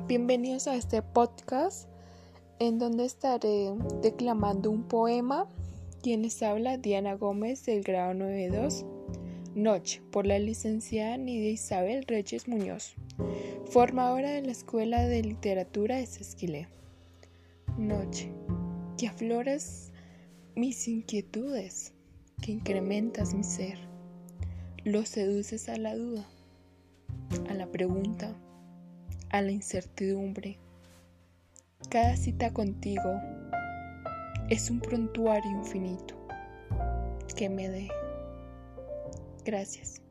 Bienvenidos a este podcast en donde estaré declamando un poema. Quienes habla Diana Gómez del grado 9.2, Noche, por la licenciada Nidia Isabel Reyes Muñoz, formadora de la Escuela de Literatura de Sesquilé. Noche, que afloras mis inquietudes, que incrementas mi ser, lo seduces a la duda, a la pregunta, a la incertidumbre. Cada cita contigo es un prontuario infinito que me dé. Gracias.